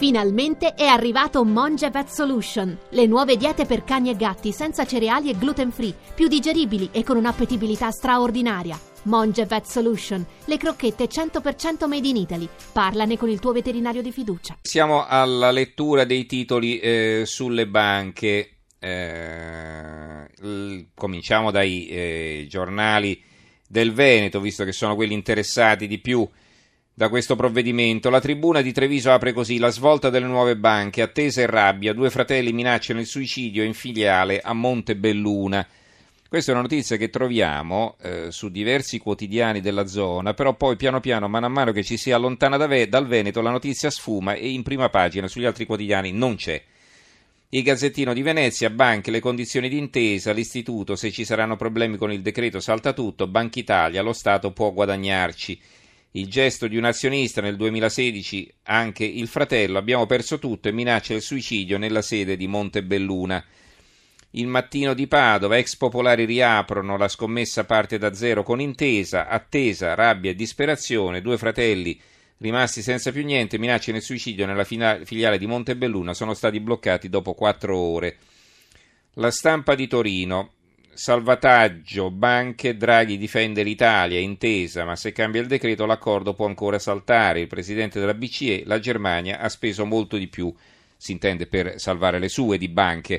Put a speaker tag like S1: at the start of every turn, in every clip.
S1: Finalmente è arrivato Monge Vet Solution, le nuove diete per cani e gatti senza cereali e gluten free, più digeribili e con un'appetibilità straordinaria. Monge Vet Solution, le crocchette 100% made in Italy. Parlane con il tuo veterinario di fiducia.
S2: Siamo alla lettura dei titoli sulle banche. Cominciamo dai giornali del Veneto, visto che sono quelli interessati di più da questo provvedimento. La Tribuna di Treviso apre così: la svolta delle nuove banche, attesa e rabbia, due fratelli minacciano il suicidio in filiale a Montebelluna. Questa è una notizia che troviamo su diversi quotidiani della zona, però poi piano piano, mano a mano che ci si allontana dal Veneto, la notizia sfuma e in prima pagina sugli altri quotidiani non c'è. Il Gazzettino di Venezia, banche, le condizioni d'intesa, l'istituto, se ci saranno problemi con il decreto salta tutto, Banca Italia, lo Stato può guadagnarci. Il gesto di un azionista nel 2016, anche il fratello, abbiamo perso tutto e minaccia il suicidio nella sede di Montebelluna. Il Mattino di Padova, ex popolari riaprono, la scommessa parte da zero con intesa, attesa, rabbia e disperazione, due fratelli rimasti senza più niente, minacciano il suicidio nella filiale di Montebelluna, sono stati bloccati dopo 4 ore. La Stampa di Torino, salvataggio, banche, Draghi difende l'Italia, intesa, ma se cambia il decreto l'accordo può ancora saltare. Il presidente della BCE, la Germania ha speso molto di più, si intende per salvare le sue di banche.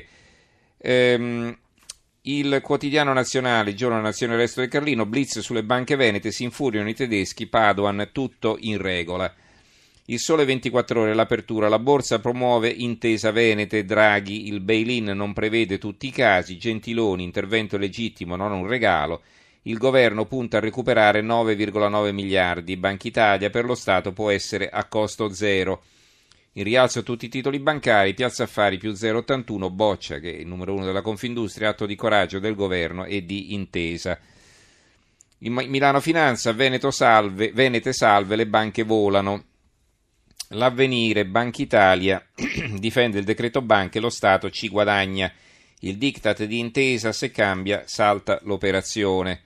S2: Il Quotidiano Nazionale, Giorno Nazione, il Resto del Carlino, blitz sulle banche venete, si infuriano i tedeschi, Padoan, tutto in regola. Il Sole 24 Ore, l'apertura, la borsa promuove intesa venete, Draghi, il bail-in non prevede tutti i casi, Gentiloni, intervento legittimo, non un regalo, il governo punta a recuperare 9,9 miliardi, Banca Italia per lo Stato può essere a costo zero. Il rialzo a tutti i titoli bancari, Piazza Affari più 0,81, Boccia, che è il numero 1 della Confindustria, atto di coraggio del governo e di intesa. Milano Finanza, Venete salve, le banche volano. L'Avvenire, Banca Italia, difende il decreto banche, lo Stato ci guadagna. Il diktat di intesa, se cambia, salta l'operazione.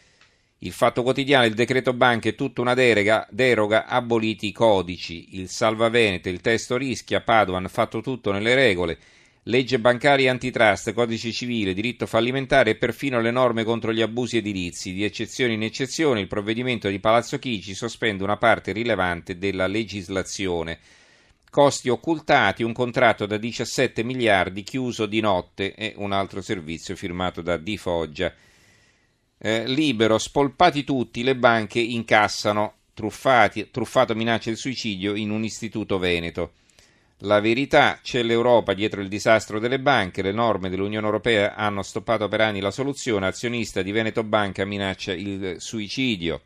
S2: Il Fatto Quotidiano, il decreto banche è tutta una deroga, aboliti i codici. Il Salva Venete, il testo rischia, Padoan, fatto tutto nelle regole. Legge bancaria e antitrust, codice civile, diritto fallimentare e perfino le norme contro gli abusi edilizi. Di eccezione in eccezione, il provvedimento di Palazzo Chigi sospende una parte rilevante della legislazione. Costi occultati, un contratto da 17 miliardi chiuso di notte e un altro servizio firmato da Di Foggia. Libero, spolpati tutti, le banche incassano, truffato minaccia il suicidio in un istituto veneto. La Verità, c'è l'Europa dietro il disastro delle banche, le norme dell'Unione Europea hanno stoppato per anni la soluzione, azionista di Veneto Banca minaccia il suicidio.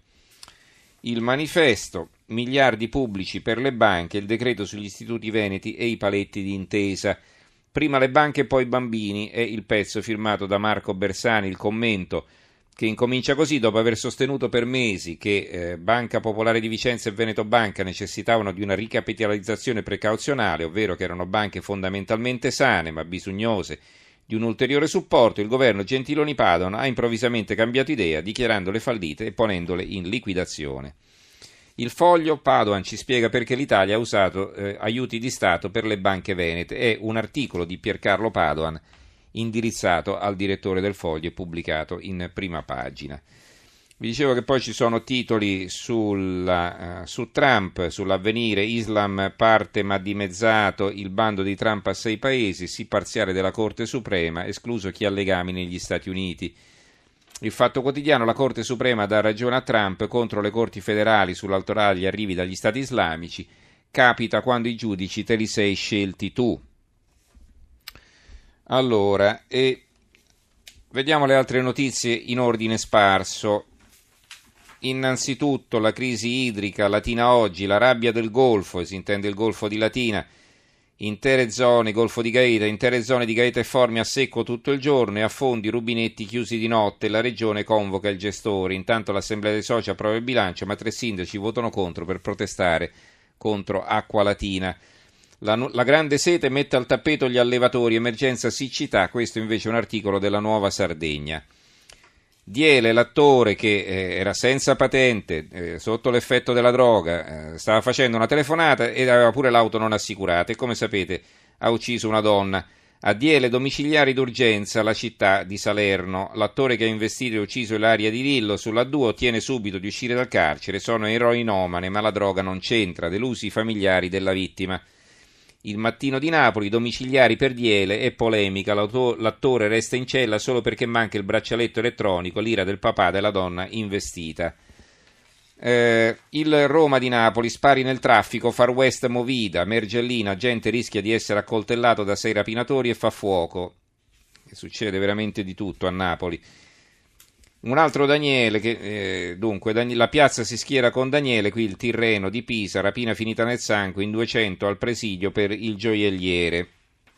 S2: Il Manifesto, miliardi pubblici per le banche, il decreto sugli istituti veneti e i paletti di intesa. Prima le banche poi i bambini è il pezzo firmato da Marco Bersani, il commento che incomincia così: dopo aver sostenuto per mesi che Banca Popolare di Vicenza e Veneto Banca necessitavano di una ricapitalizzazione precauzionale, ovvero che erano banche fondamentalmente sane ma bisognose di un ulteriore supporto, il governo Gentiloni Padoan ha improvvisamente cambiato idea, dichiarandole fallite e ponendole in liquidazione. Il Foglio, Padoan ci spiega perché l'Italia ha usato aiuti di Stato per le banche venete. È un articolo di Piercarlo Padoan indirizzato al direttore del Foglio e pubblicato in prima pagina. Vi dicevo che poi ci sono titoli su Trump, sull'Avvenire, Islam parte ma dimezzato, il bando di Trump a 6 paesi, sì parziale della Corte Suprema, escluso chi ha legami negli Stati Uniti. Il Fatto Quotidiano, la Corte Suprema dà ragione a Trump contro le corti federali sull'autorità degli arrivi dagli Stati islamici, capita quando i giudici te li sei scelti tu. Allora, vediamo le altre notizie in ordine sparso. Innanzitutto la crisi idrica, Latina oggi, la rabbia del Golfo, si intende il Golfo di Latina, intere zone, Golfo di Gaeta, intere zone di Gaeta e Formia a secco tutto il giorno e affondi, rubinetti chiusi di notte, la regione convoca il gestore, intanto l'assemblea dei soci approva il bilancio, ma 3 sindaci votano contro per protestare contro Acqua Latina. La grande sete mette al tappeto gli allevatori, emergenza siccità, questo invece è un articolo della Nuova Sardegna. Diele, l'attore che era senza patente, sotto l'effetto della droga, stava facendo una telefonata ed aveva pure l'auto non assicurata e, come sapete, ha ucciso una donna. A Diele domiciliari d'urgenza alla città di Salerno. L'attore che ha investito e ucciso Ilaria Di Lillo sulla 2 ottiene subito di uscire dal carcere. Sono eroinomane, ma la droga non c'entra. Delusi i familiari della vittima. Il Mattino di Napoli, domiciliari per Diele e polemica. L'attore resta in cella solo perché manca il braccialetto elettronico, l'ira del papà della donna investita. Il Roma di Napoli, spari nel traffico, Far West Movida, Mergellina, gente rischia di essere accoltellato da 6 rapinatori e fa fuoco. Succede veramente di tutto a Napoli. Un altro Daniele, la piazza si schiera con Daniele, qui il Tirreno di Pisa, rapina finita nel sangue, in 200 al presidio per il gioielliere.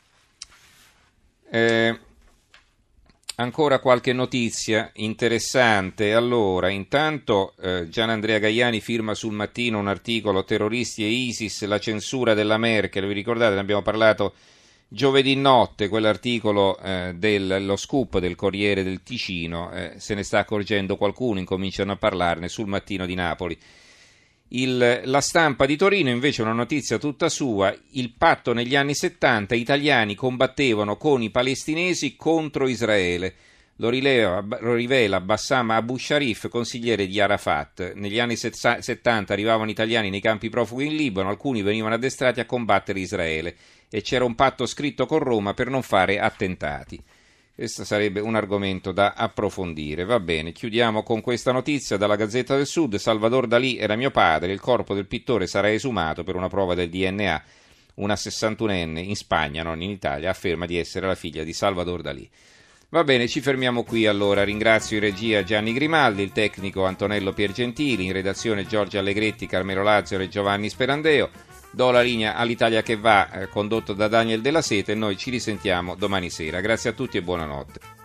S2: Ancora qualche notizia interessante. Allora, intanto Gianandrea Gaiani firma sul Mattino un articolo "Terroristi e ISIS, la censura della Merkel". Vi ricordate, ne abbiamo parlato giovedì notte, quell'articolo dello scoop del Corriere del Ticino, se ne sta accorgendo qualcuno, incominciano a parlarne sul Mattino di Napoli. La Stampa di Torino invece una notizia tutta sua: il patto negli anni 70, italiani combattevano con i palestinesi contro Israele. Lo rivela Bassam Abu Sharif, consigliere di Arafat. Negli anni 70 arrivavano italiani nei campi profughi in Libano, alcuni venivano addestrati a combattere Israele e c'era un patto scritto con Roma per non fare attentati. Questo sarebbe un argomento da approfondire. Va bene, chiudiamo con questa notizia dalla Gazzetta del Sud. Salvador Dalì era mio padre, il corpo del pittore sarà esumato per una prova del DNA. Una 61enne in Spagna, non in Italia, afferma di essere la figlia di Salvador Dalì. Va bene, ci fermiamo qui allora. Ringrazio in regia Gianni Grimaldi, il tecnico Antonello Piergentili, in redazione Giorgio Allegretti, Carmelo Lazzaro e Giovanni Sperandeo. Do la linea all'Italia che va, condotto da Daniel Della Seta, e noi ci risentiamo domani sera. Grazie a tutti e buonanotte.